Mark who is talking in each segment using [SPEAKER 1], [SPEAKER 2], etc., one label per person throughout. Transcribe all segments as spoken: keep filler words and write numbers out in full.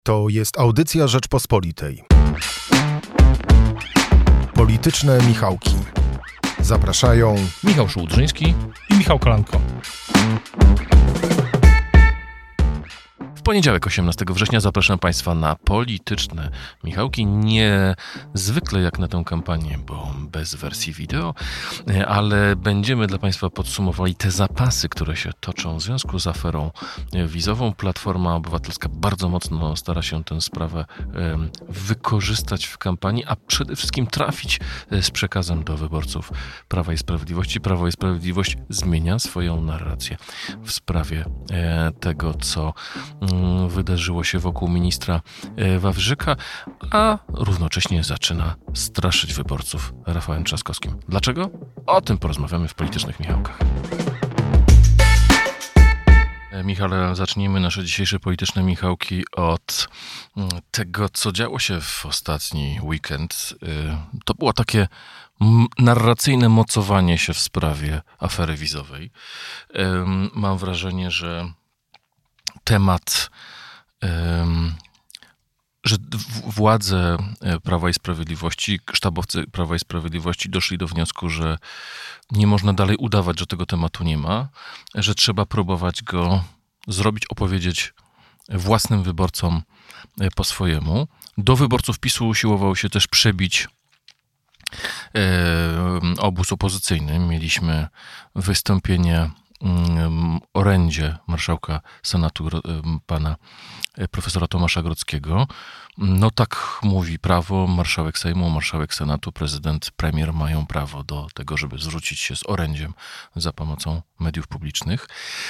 [SPEAKER 1] To jest audycja Rzeczpospolitej. Polityczne Michałki. Zapraszają
[SPEAKER 2] Michał Szułdrzyński i Michał Kolanko. W poniedziałek, osiemnastego września, zapraszam Państwa na Polityczne Michałki. Nie zwykle jak na tę kampanię, bo bez wersji wideo, ale będziemy dla Państwa podsumowali te zapasy, które się toczą w związku z aferą wizową. Platforma Obywatelska bardzo mocno stara się tę sprawę wykorzystać w kampanii, a przede wszystkim trafić z przekazem do wyborców Prawa i Sprawiedliwości. Prawo i Sprawiedliwość zmienia swoją narrację w sprawie tego, co wydarzyło się wokół ministra Wawrzyka, a równocześnie zaczyna straszyć wyborców Rafałem Trzaskowskim. Dlaczego? O tym porozmawiamy w Politycznych Michałkach. Michale, zacznijmy nasze dzisiejsze Polityczne Michałki od tego, co działo się w ostatni weekend. To było takie narracyjne mocowanie się w sprawie afery wizowej. Mam wrażenie, że temat, że władze Prawa i Sprawiedliwości, sztabowcy Prawa i Sprawiedliwości doszli do wniosku, że nie można dalej udawać, że tego tematu nie ma, że trzeba próbować go zrobić, opowiedzieć własnym wyborcom po swojemu. Do wyborców PiSu usiłował się też przebić obóz opozycyjny. Mieliśmy wystąpienie orędzie marszałka Senatu, pana profesora Tomasza Grodzkiego. No tak mówi prawo, marszałek Sejmu, marszałek Senatu, prezydent, premier mają prawo do tego, żeby zwrócić się z orędziem za pomocą mediów publicznych.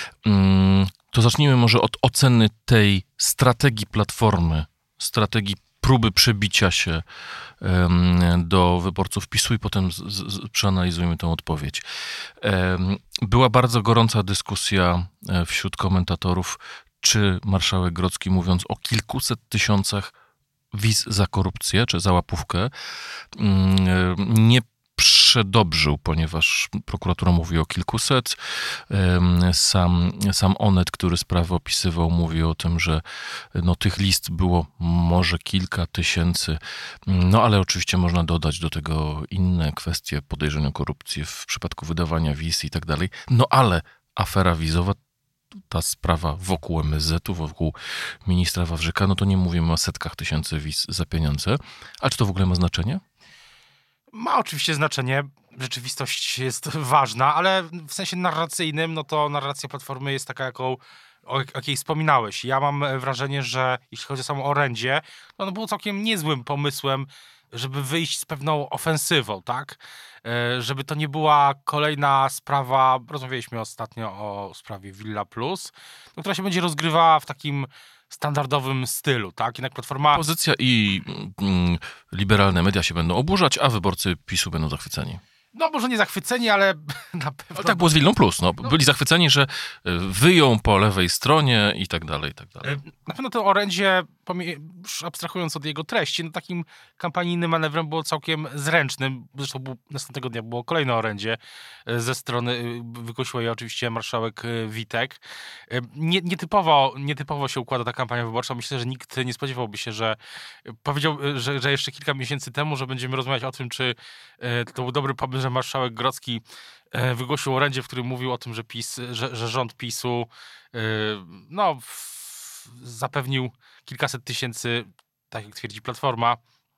[SPEAKER 2] To zacznijmy może od oceny tej strategii Platformy, strategii próby przebicia się do wyborców PiSu i potem z, z, przeanalizujmy tę odpowiedź. Była bardzo gorąca dyskusja wśród komentatorów, czy marszałek Grodzki, mówiąc o kilkuset tysiącach wiz za korupcję, czy za łapówkę, nie przedobrzył, ponieważ prokuratura mówi o kilkuset. Sam, sam Onet, który sprawę opisywał, mówi o tym, że no, tych list było może kilka tysięcy, no ale oczywiście można dodać do tego inne kwestie podejrzeń o korupcję w przypadku wydawania wiz i tak dalej. No ale afera wizowa, ta sprawa wokół M S Z-u, wokół ministra Wawrzyka, no to nie mówimy o setkach tysięcy wiz za pieniądze. A czy to w ogóle ma znaczenie?
[SPEAKER 3] Ma oczywiście znaczenie, rzeczywistość jest ważna, ale w sensie narracyjnym, no to narracja Platformy jest taka, jaką, o jakiej wspominałeś. Ja mam wrażenie, że jeśli chodzi o samo orędzie, to ono było całkiem niezłym pomysłem, żeby wyjść z pewną ofensywą, tak? Żeby to nie była kolejna sprawa, rozmawialiśmy ostatnio o sprawie Villa Plus, no, która się będzie rozgrywała w takim standardowym stylu, tak? Jednak Platforma...
[SPEAKER 2] Opozycja i mm, liberalne media się będą oburzać, a wyborcy PiSu będą zachwyceni.
[SPEAKER 3] No może nie zachwyceni, ale na pewno...
[SPEAKER 2] Ale tak było z Villą Plus, no. Byli zachwyceni, że wyją po lewej stronie i tak dalej, i tak dalej.
[SPEAKER 3] Na pewno to orędzie, już abstrahując od jego treści, no takim kampanijnym manewrem było całkiem zręcznym. Zresztą był, następnego dnia było kolejne orędzie ze strony, wygłosiła je oczywiście marszałek Witek. Nie, nietypowo, nietypowo się układa ta kampania wyborcza. Myślę, że nikt nie spodziewałby się, że powiedział, że, że jeszcze kilka miesięcy temu, że będziemy rozmawiać o tym, czy to był dobry pomysł, że marszałek Grodzki wygłosił orędzie, w którym mówił o tym, że PiS, że, że rząd PiSu no, zapewnił kilkaset tysięcy, tak jak twierdzi Platforma,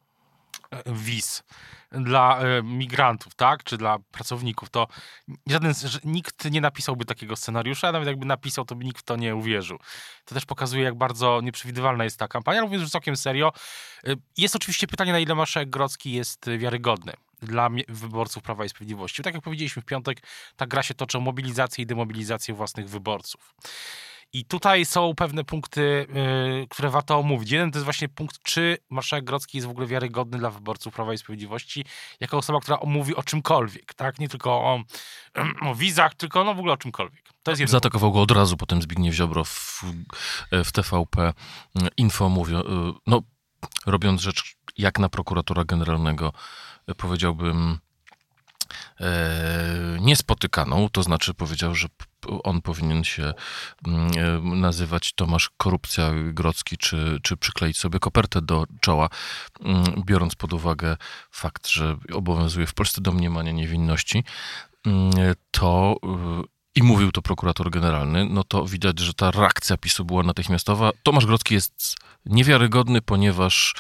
[SPEAKER 3] wiz dla migrantów, tak, czy dla pracowników. To żaden, nikt nie napisałby takiego scenariusza, a nawet jakby napisał, to by nikt w to nie uwierzył. To też pokazuje, jak bardzo nieprzewidywalna jest ta kampania, ale mówiąc już całkiem serio. Jest oczywiście pytanie, na ile marszałek Grodzki jest wiarygodny dla wyborców Prawa i Sprawiedliwości. Tak jak powiedzieliśmy w piątek, ta gra się toczy o mobilizację i demobilizację własnych wyborców. I tutaj są pewne punkty, yy, które warto omówić. Jeden to jest właśnie punkt, czy marszałek Grodzki jest w ogóle wiarygodny dla wyborców Prawa i Sprawiedliwości, jako osoba, która mówi o czymkolwiek, tak? Nie tylko o, o wizach, tylko no w ogóle o czymkolwiek. To jest
[SPEAKER 2] Zaatakował go od razu potem Zbigniew Ziobro w, w T V P Info, mówią, no robiąc rzecz jak na prokuratora generalnego, powiedziałbym niespotykaną, to znaczy powiedział, że on powinien się nazywać Tomasz Korupcja Grodzki, czy, czy przykleić sobie kopertę do czoła, biorąc pod uwagę fakt, że obowiązuje w Polsce domniemanie niewinności, to i mówił to prokurator generalny, no to widać, że ta reakcja PiSu była natychmiastowa. Tomasz Grodzki jest niewiarygodny, ponieważ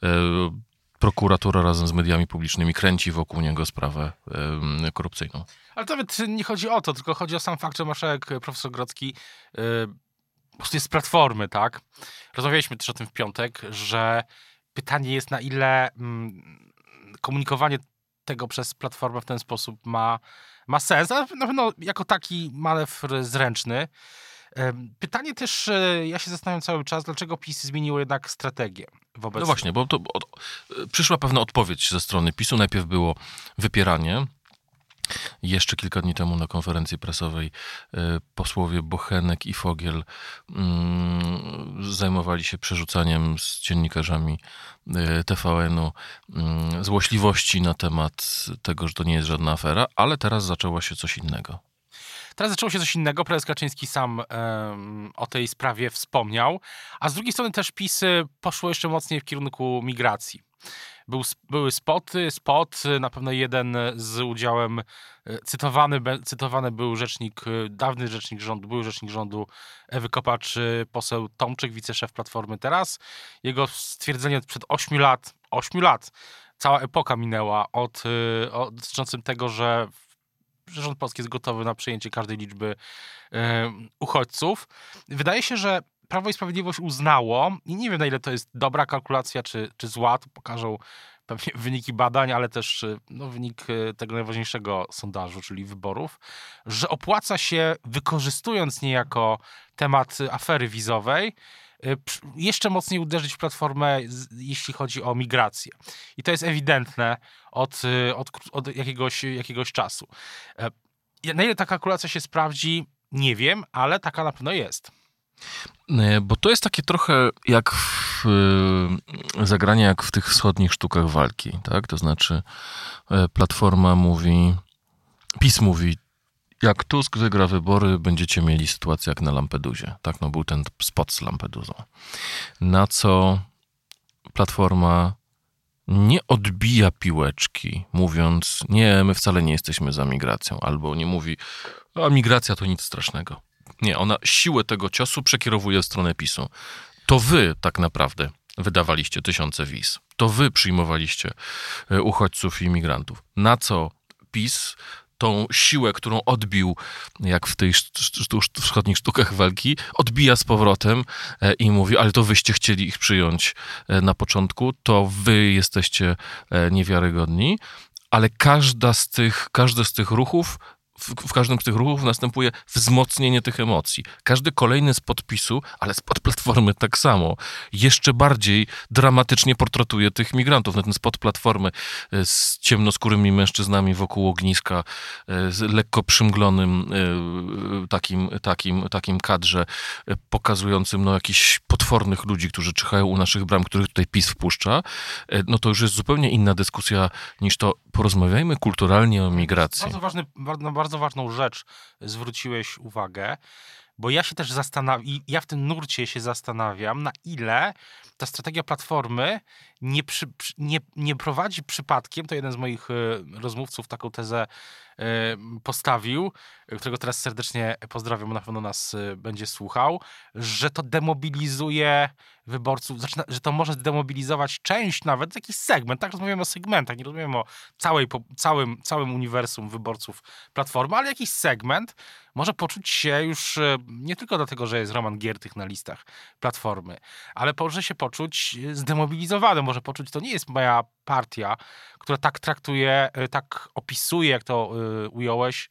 [SPEAKER 2] prokuratura razem z mediami publicznymi kręci wokół niego sprawę y, korupcyjną.
[SPEAKER 3] Ale to nawet nie chodzi o to, tylko chodzi o sam fakt, że marszałek profesor Grodzki y, po prostu jest z Platformy, tak? Rozmawialiśmy też o tym w piątek, że pytanie jest, na ile mm, komunikowanie tego przez Platformę w ten sposób ma, ma sens. A na pewno jako taki manewr zręczny. Pytanie też, ja się zastanawiam cały czas, dlaczego PiS zmieniło jednak strategię wobec...
[SPEAKER 2] No właśnie, bo to od, przyszła pewna odpowiedź ze strony PiSu. Najpierw było wypieranie. Jeszcze kilka dni temu na konferencji prasowej posłowie Bochenek i Fogiel mm, zajmowali się przerzucaniem z dziennikarzami T V N-u mm, złośliwości na temat tego, że to nie jest żadna afera, ale teraz zaczęło się coś innego.
[SPEAKER 3] Teraz zaczęło się coś innego. Prezes Kaczyński sam um, o tej sprawie wspomniał. A z drugiej strony też PiS poszło jeszcze mocniej w kierunku migracji. Był, były spoty, spot, na pewno jeden z udziałem, cytowany, cytowany był rzecznik, dawny rzecznik rządu, były rzecznik rządu Ewy Kopacz, poseł Tomczyk, wiceszef Platformy teraz. Jego stwierdzenie sprzed ośmiu lat, ośmiu lat, cała epoka minęła od, od dotyczącym tego, że że rząd polski jest gotowy na przyjęcie każdej liczby e, uchodźców. Wydaje się, że Prawo i Sprawiedliwość uznało, i nie wiem, na ile to jest dobra kalkulacja, czy, czy zła, to pokażą pewnie wyniki badań, ale też no, wynik tego najważniejszego sondażu, czyli wyborów, że opłaca się, wykorzystując niejako temat afery wizowej, jeszcze mocniej uderzyć w Platformę, jeśli chodzi o migrację. I to jest ewidentne od, od, od jakiegoś, jakiegoś czasu. Na ile ta kalkulacja się sprawdzi, nie wiem, ale taka na pewno jest.
[SPEAKER 2] Bo to jest takie trochę jak w, zagranie jak w tych wschodnich sztukach walki, tak? To znaczy Platforma mówi, PiS mówi, jak Tusk wygra wybory, będziecie mieli sytuację jak na Lampedusie. Tak, no był ten spot z Lampedusą. Na co Platforma nie odbija piłeczki, mówiąc, nie, my wcale nie jesteśmy za migracją. Albo nie mówi, a migracja to nic strasznego. Nie, ona siłę tego ciosu przekierowuje w stronę PiSu. To wy tak naprawdę wydawaliście tysiące wiz. To wy przyjmowaliście uchodźców i imigrantów. Na co PiS tą siłę, którą odbił, jak w tych wschodnich sztukach walki, odbija z powrotem i mówi, ale to wyście chcieli ich przyjąć na początku, to wy jesteście niewiarygodni, ale każda z tych, każdy z tych ruchów W, w każdym z tych ruchów następuje wzmocnienie tych emocji. Każdy kolejny spot PiSu, ale spot Platformy tak samo, jeszcze bardziej dramatycznie portretuje tych migrantów. No ten spot Platformy z ciemnoskórymi mężczyznami wokół ogniska, z lekko przymglonym takim, takim, takim kadrze pokazującym no, jakichś potwornych ludzi, którzy czyhają u naszych bram, których tutaj PiS wpuszcza, no to już jest zupełnie inna dyskusja niż to porozmawiajmy kulturalnie o migracji.
[SPEAKER 3] Bardzo ważny, bardzo, bardzo ważną rzecz zwróciłeś uwagę, bo ja się też zastanawiam, i ja w tym nurcie się zastanawiam, na ile ta strategia Platformy nie, przy, nie, nie prowadzi przypadkiem, to jeden z moich rozmówców taką tezę postawił, którego teraz serdecznie pozdrawiam, bo na pewno nas będzie słuchał, że to demobilizuje wyborców, zaczyna, że to może demobilizować część, nawet jakiś segment, tak rozmawiamy o segmentach, nie rozmawiamy o całej, po, całym, całym uniwersum wyborców Platformy, ale jakiś segment może poczuć się już nie tylko dlatego, że jest Roman Giertych na listach Platformy, ale może się poczuć zdemobilizowany, może poczuć, to nie jest moja partia, która tak traktuje, tak opisuje, jak to ująłeś,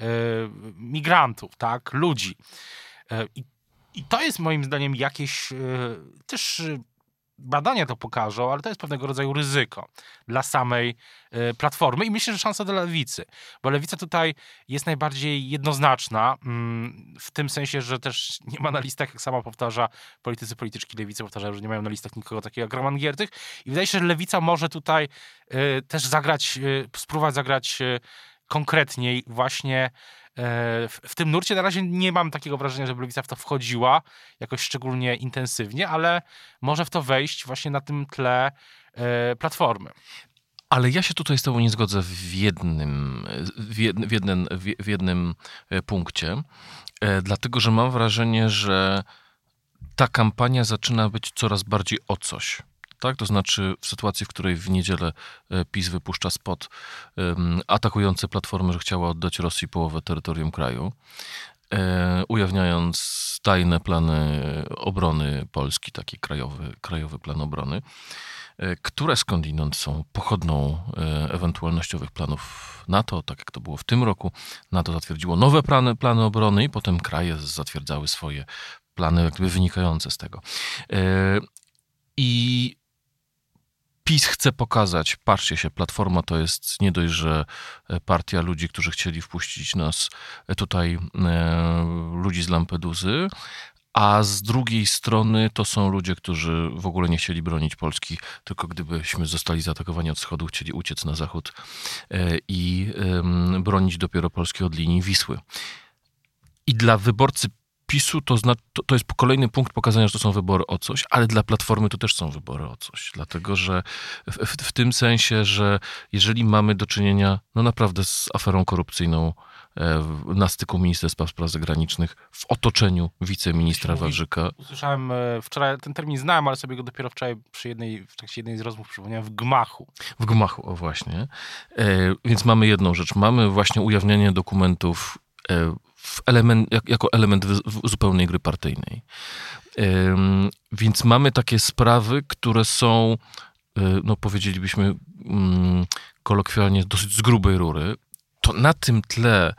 [SPEAKER 3] migrantów, tak, ludzi. I, i to jest moim zdaniem jakieś też badania to pokażą, ale to jest pewnego rodzaju ryzyko dla samej y, Platformy i myślę, że szansa dla Lewicy, bo Lewica tutaj jest najbardziej jednoznaczna mm, w tym sensie, że też nie ma na listach, jak sama powtarza, politycy, polityczki Lewicy powtarzają, że nie mają na listach nikogo takiego jak Roman Giertych i wydaje się, że Lewica może tutaj y, też zagrać, y, spróbować zagrać y, konkretniej właśnie w, w tym nurcie. Na razie nie mam takiego wrażenia, żeby Lewica w to wchodziła jakoś szczególnie intensywnie, ale może w to wejść właśnie na tym tle Platformy.
[SPEAKER 2] Ale ja się tutaj z tobą nie zgodzę w jednym, w jednym, w jednym, w jednym punkcie, dlatego że mam wrażenie, że ta kampania zaczyna być coraz bardziej o coś. Tak? To znaczy w sytuacji, w której w niedzielę PiS wypuszcza spot um, atakujący Platformę, że chciała oddać Rosji połowę terytorium kraju, e, ujawniając tajne plany obrony Polski, taki krajowy, krajowy plan obrony, e, które skądinąd są pochodną e, ewentualnościowych planów NATO, tak jak to było w tym roku. NATO zatwierdziło nowe plany, plany obrony i potem kraje zatwierdzały swoje plany jakby wynikające z tego. E, I PiS chce pokazać, patrzcie się, Platforma to jest nie dość, że partia ludzi, którzy chcieli wpuścić nas tutaj, e, ludzi z Lampeduzy, a z drugiej strony to są ludzie, którzy w ogóle nie chcieli bronić Polski, tylko gdybyśmy zostali zaatakowani od wschodu, chcieli uciec na zachód e, i e, bronić dopiero Polski od linii Wisły. I dla wyborcy PiSu to, zna, to, to jest kolejny punkt pokazania, że to są wybory o coś, ale dla Platformy to też są wybory o coś. Dlatego, że w, w, w tym sensie, że jeżeli mamy do czynienia no naprawdę z aferą korupcyjną e, na styku Ministerstwa Spraw Zagranicznych w otoczeniu wiceministra Wawrzyka.
[SPEAKER 3] Usłyszałem wczoraj, ten termin znałem, ale sobie go dopiero wczoraj przy jednej, w trakcie jednej z rozmów przypomniałem, w gmachu.
[SPEAKER 2] W gmachu, o właśnie. E, więc mamy jedną rzecz. Mamy właśnie ujawnianie dokumentów e, w element, jak, jako element w, w zupełnej gry partyjnej. Ym, więc mamy takie sprawy, które są, y, no powiedzielibyśmy ym, kolokwialnie, dosyć z grubej rury. To na tym tle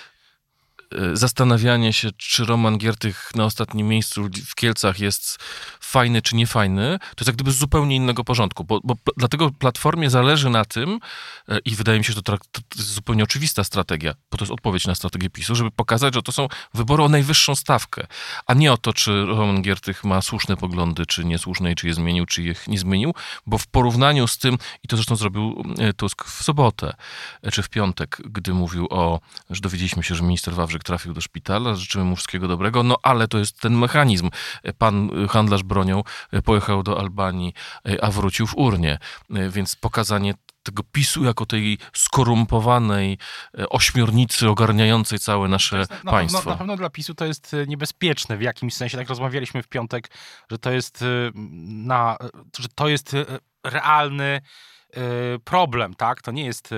[SPEAKER 2] y, zastanawianie się, czy Roman Giertych na ostatnim miejscu w Kielcach jest fajny czy niefajny, to jest jak gdyby z zupełnie innego porządku, bo, bo dlatego Platformie zależy na tym, i wydaje mi się, że to, to jest zupełnie oczywista strategia, bo to jest odpowiedź na strategię PiSu, żeby pokazać, że to są wybory o najwyższą stawkę, a nie o to, czy Roman Giertych ma słuszne poglądy, czy niesłuszne, i czy je zmienił, czy ich nie zmienił, bo w porównaniu z tym, i to zresztą zrobił Tusk w sobotę, czy w piątek, gdy mówił o, że dowiedzieliśmy się, że minister Wawrzyk trafił do szpitala, życzymy mu wszystkiego dobrego, no ale to jest ten mechanizm. Pan handlarz bronią pojechał do Albanii, a wrócił w urnie, więc pokazanie tego PiSu jako tej skorumpowanej ośmiornicy ogarniającej całe nasze
[SPEAKER 3] na, na
[SPEAKER 2] państwo.
[SPEAKER 3] Pewno, na pewno dla PiSu to jest niebezpieczne w jakimś sensie. Tak rozmawialiśmy w piątek, że to jest, na, że to jest realny problem, tak? To nie jest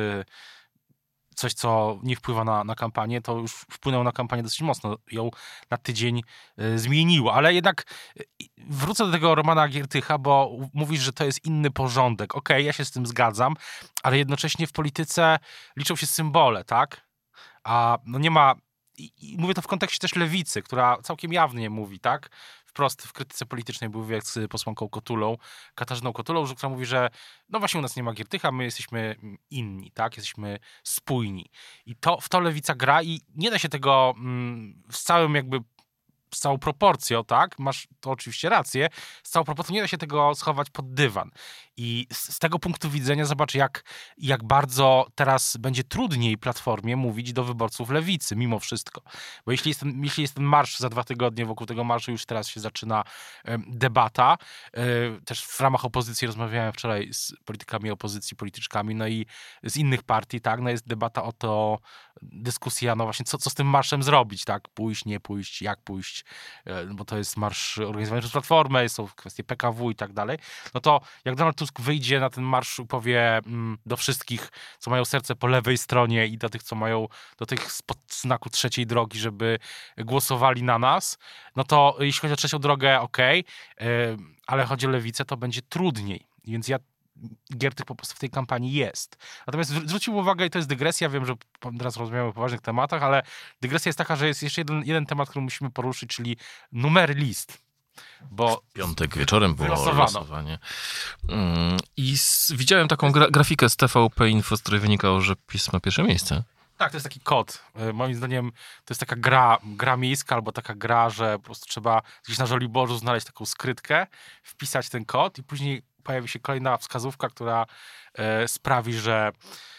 [SPEAKER 3] coś, co nie wpływa na, na kampanię, to już wpłynęło na kampanię dosyć mocno. Ją na tydzień y, zmieniło. Ale jednak y, wrócę do tego Romana Giertycha, bo mówisz, że to jest inny porządek. Okej, okay, ja się z tym zgadzam, ale jednocześnie w polityce liczą się symbole, tak? A no nie ma... I, i mówię to w kontekście też lewicy, która całkiem jawnie mówi, tak? Wprost w krytyce politycznej był wywiad z posłanką Kotulą, Katarzyną Kotulą, która mówi, że no właśnie u nas nie ma Giertycha, my jesteśmy inni, tak? Jesteśmy spójni. I to, w to lewica gra i nie da się tego mm, z całym jakby z całą proporcją, tak? Masz to oczywiście rację. Z całą proporcją nie da się tego schować pod dywan. I z, z tego punktu widzenia zobacz, jak, jak bardzo teraz będzie trudniej Platformie mówić do wyborców lewicy, mimo wszystko. Bo jeśli jest ten, jeśli jest ten marsz za dwa tygodnie, wokół tego marszu już teraz się zaczyna um, debata. Um, też w ramach opozycji rozmawiałem wczoraj z politykami opozycji, polityczkami, no i z innych partii, tak? No jest debata o to, dyskusja, no właśnie, co, co z tym marszem zrobić, tak? Pójść, nie pójść, jak pójść, bo to jest marsz organizowany przez Platformę, są kwestie P K W i tak dalej. No to jak Donald Tusk wyjdzie na ten marsz i powie mm, do wszystkich, co mają serce po lewej stronie i do tych, co mają, do tych spod znaku trzeciej drogi, żeby głosowali na nas, no to jeśli chodzi o trzecią drogę, okej, okay, yy, ale chodzi o lewicę, to będzie trudniej. Więc ja Giertych po prostu w tej kampanii jest. Natomiast zwrócił uwagę, i to jest dygresja, wiem, że teraz rozmawiamy o poważnych tematach, ale dygresja jest taka, że jest jeszcze jeden, jeden temat, który musimy poruszyć, czyli numery list. Bo
[SPEAKER 2] w piątek wieczorem było losowanie. I z, widziałem taką gra, grafikę z T V P Info, z której wynikało, że PiS ma pierwsze miejsce.
[SPEAKER 3] Tak, to jest taki kod. Moim zdaniem to jest taka gra, gra miejska, albo taka gra, że po prostu trzeba gdzieś na Żoliborzu znaleźć taką skrytkę, wpisać ten kod i później pojawi się kolejna wskazówka, która e, sprawi, że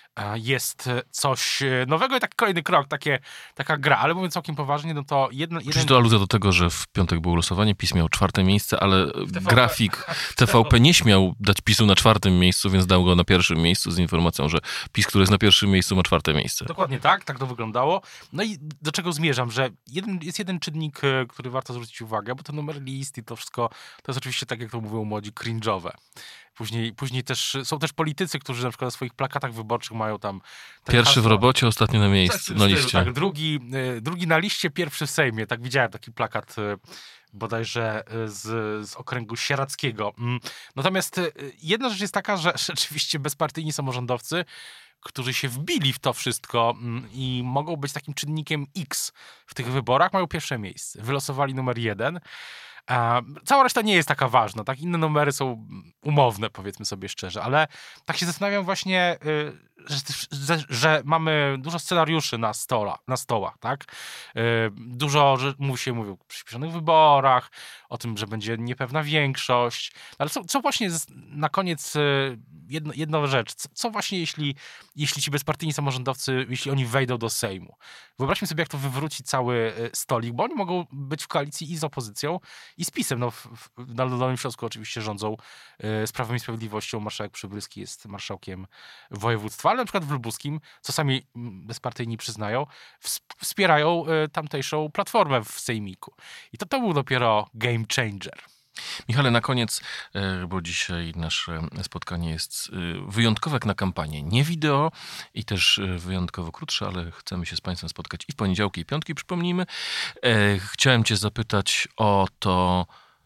[SPEAKER 3] jest coś nowego i taki kolejny krok, takie, taka gra. Ale mówiąc całkiem poważnie, no to jedno...
[SPEAKER 2] Jeden... Czy to aluzja do tego, że w piątek było losowanie, PiS miał czwarte miejsce, ale grafik T V P nie śmiał dać PiSu na czwartym miejscu, więc dał go na pierwszym miejscu z informacją, że PiS, który jest na pierwszym miejscu, ma czwarte miejsce.
[SPEAKER 3] Dokładnie tak, tak to wyglądało. No i do czego zmierzam, że jeden, jest jeden czynnik, który warto zwrócić uwagę, bo te numery list i to wszystko, to jest oczywiście, tak jak to mówią młodzi, cringe'owe. Później, później też są też politycy, którzy na przykład na swoich plakatach wyborczych mają tam...
[SPEAKER 2] Pierwszy
[SPEAKER 3] hasło,
[SPEAKER 2] w robocie, ostatni na miejscu, na liście.
[SPEAKER 3] Tak, drugi, drugi na liście, pierwszy w Sejmie. Tak, widziałem taki plakat bodajże z, z okręgu sieradzkiego. Natomiast jedna rzecz jest taka, że rzeczywiście bezpartyjni samorządowcy, którzy się wbili w to wszystko i mogą być takim czynnikiem X w tych wyborach, mają pierwsze miejsce. Wylosowali numer jeden. Cała reszta nie jest taka ważna, tak? Inne numery są umowne, powiedzmy sobie szczerze, ale tak się zastanawiam właśnie, że, że, że mamy dużo scenariuszy na, stola, na stołach, tak? Dużo, że mówi się mówi o przyspieszonych wyborach, o tym, że będzie niepewna większość, ale co, co właśnie na koniec jedno, jedna rzecz, co, co właśnie jeśli, jeśli ci bezpartyjni samorządowcy, jeśli oni wejdą do Sejmu? Wyobraźmy sobie, jak to wywróci cały stolik, bo oni mogą być w koalicji i z opozycją, i z PiS-em. No, w, w, na Dolnym Śląsku oczywiście rządzą y, z Prawem i Sprawiedliwością. Marszałek Przybylski jest marszałkiem województwa, ale na przykład w Lubuskim, co sami bezpartyjni przyznają, wspierają y, tamtejszą platformę w Sejmiku. I to, to był dopiero game changer.
[SPEAKER 2] Michale, na koniec, bo dzisiaj nasze spotkanie jest wyjątkowe jak na kampanię. Nie wideo i też wyjątkowo krótsze, ale chcemy się z Państwem spotkać i w poniedziałki, i piątki, przypomnijmy. Chciałem Cię zapytać o to,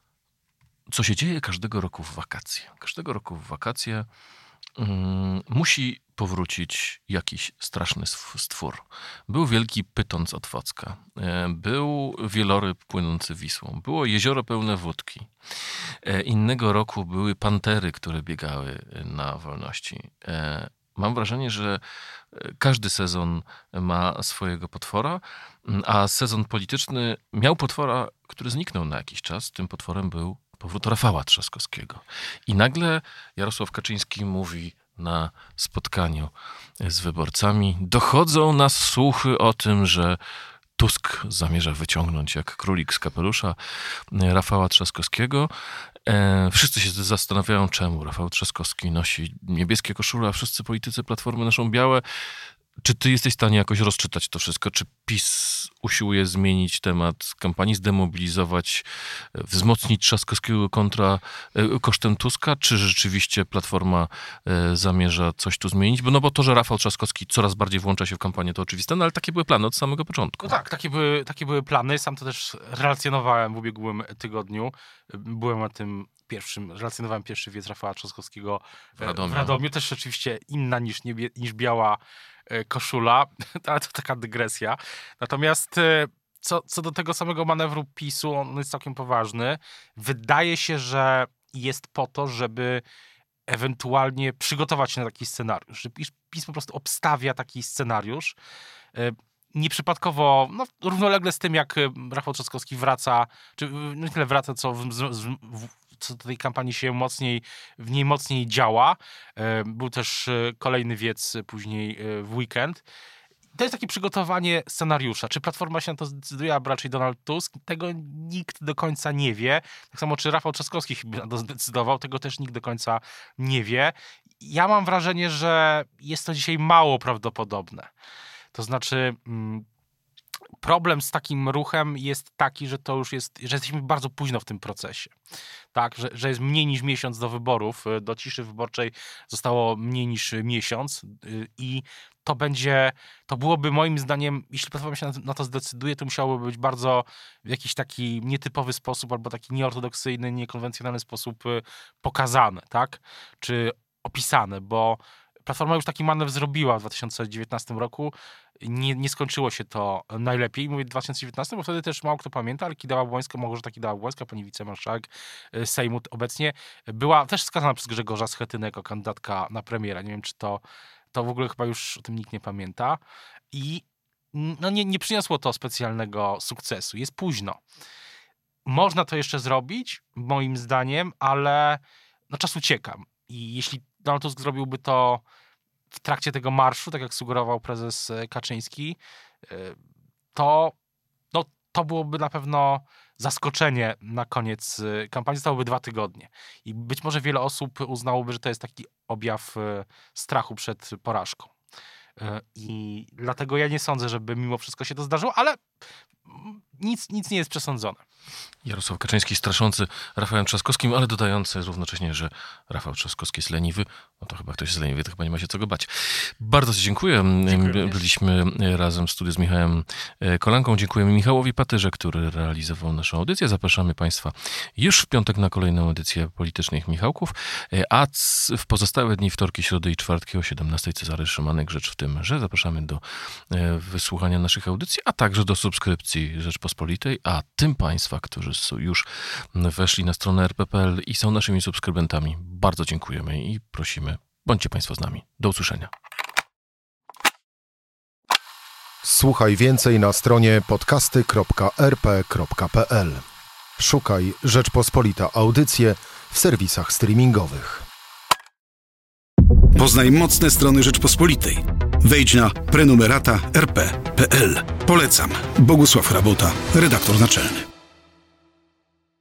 [SPEAKER 2] co się dzieje każdego roku w wakacje. Każdego roku w wakacje um, musi powrócić jakiś straszny stwór. Był wielki pyton od Otwocka. Był wieloryb płynący Wisłą. Było jezioro pełne wódki. Innego roku były pantery, które biegały na wolności. Mam wrażenie, że każdy sezon ma swojego potwora, a sezon polityczny miał potwora, który zniknął na jakiś czas. Tym potworem był powrót Rafała Trzaskowskiego. I nagle Jarosław Kaczyński mówi na spotkaniu z wyborcami: dochodzą nas słuchy o tym, że Tusk zamierza wyciągnąć jak królik z kapelusza Rafała Trzaskowskiego. E, wszyscy się zastanawiają, czemu Rafał Trzaskowski nosi niebieskie koszule, a wszyscy politycy Platformy noszą białe. Czy ty jesteś w stanie jakoś rozczytać to wszystko? Czy PiS usiłuje zmienić temat kampanii, zdemobilizować, wzmocnić Trzaskowskiego kontra kosztem Tuska? Czy rzeczywiście Platforma zamierza coś tu zmienić? Bo, no bo to, że Rafał Trzaskowski coraz bardziej włącza się w kampanię, to oczywiste, no ale takie były plany od samego początku.
[SPEAKER 3] No tak, takie były, takie były plany. Sam to też relacjonowałem w ubiegłym tygodniu. Byłem na tym pierwszym, relacjonowałem pierwszy wiec Rafała Trzaskowskiego w Radomiu. W Radomiu. Też oczywiście inna niż, niebie, niż biała koszula, ale to taka dygresja. Natomiast co, co do tego samego manewru PiSu, on jest całkiem poważny. Wydaje się, że jest po to, żeby ewentualnie przygotować się na taki scenariusz. Że PiS po prostu obstawia taki scenariusz. Nieprzypadkowo, no, równolegle z tym, jak Rafał Trzaskowski wraca, czy no nie tyle wraca, co w, w, co do tej kampanii się mocniej, w niej mocniej działa. Był też kolejny wiec później w weekend. To jest takie przygotowanie scenariusza. Czy Platforma się na to zdecyduje, a raczej Donald Tusk? Tego nikt do końca nie wie. Tak samo, czy Rafał Trzaskowski chyba na to zdecydował, tego też nikt do końca nie wie. Ja mam wrażenie, że jest to dzisiaj mało prawdopodobne. To znaczy... Mm, problem z takim ruchem jest taki, że to już jest, że jesteśmy bardzo późno w tym procesie. Tak, że, że jest mniej niż miesiąc do wyborów. Do ciszy wyborczej zostało mniej niż miesiąc i to będzie, to byłoby moim zdaniem, jeśli Platforma się na to zdecyduje, to musiałoby być bardzo w jakiś taki nietypowy sposób albo taki nieortodoksyjny, niekonwencjonalny sposób pokazane, tak? Czy opisane, bo Platforma już taki manewr zrobiła w dwa tysiące dziewiętnastym roku. Nie, nie skończyło się to najlepiej. Mówię dwa tysiące dziewiętnastym, bo wtedy też mało kto pamięta, ale Kidawa Błońska, Małgorzata Kidawa-Błońska, pani wicemarszałek Sejmu obecnie, była też skazana przez Grzegorza Schetynę jako kandydatka na premiera. Nie wiem, czy to, to w ogóle chyba już o tym nikt nie pamięta. I no nie, nie przyniosło to specjalnego sukcesu. Jest późno. Można to jeszcze zrobić, moim zdaniem, ale no czas ucieka. I jeśli Donald Tusk zrobiłby to w trakcie tego marszu, tak jak sugerował prezes Kaczyński, to, no, to byłoby na pewno zaskoczenie na koniec kampanii. Zostałyby dwa tygodnie. I być może wiele osób uznałoby, że to jest taki objaw strachu przed porażką. I dlatego ja nie sądzę, żeby mimo wszystko się to zdarzyło, ale nic, nic nie jest przesądzone.
[SPEAKER 2] Jarosław Kaczyński straszący Rafałem Trzaskowskim, ale dodający równocześnie, że Rafał Trzaskowski jest leniwy. No to chyba ktoś jest leniwy, to chyba nie ma się czego bać. Bardzo Ci dziękuję. dziękuję Byliśmy razem w studiu z Michałem Kolanką. Dziękujemy Michałowi Patyrze, który realizował naszą audycję. Zapraszamy Państwa już w piątek na kolejną edycję Politycznych Michałków, a w pozostałe dni, wtorki, środy i czwartki o siedemnastej Cezary Szymanek. Rzecz w tym, że zapraszamy do wysłuchania naszych audycji, a także do subskrypcji Rzeczpospolitej, a tym Państwa, którzy już weszli na stronę er pe pe el i są naszymi subskrybentami, bardzo dziękujemy i prosimy, bądźcie Państwo z nami. Do usłyszenia.
[SPEAKER 1] Słuchaj więcej na stronie podcasty kropka er pe kropka pe el. Szukaj Rzeczpospolita Audycje w serwisach streamingowych.
[SPEAKER 4] Poznaj mocne strony Rzeczpospolitej. Wejdź na prenumerata er pe kropka pe el. Polecam. Bogusław Rabota, redaktor naczelny.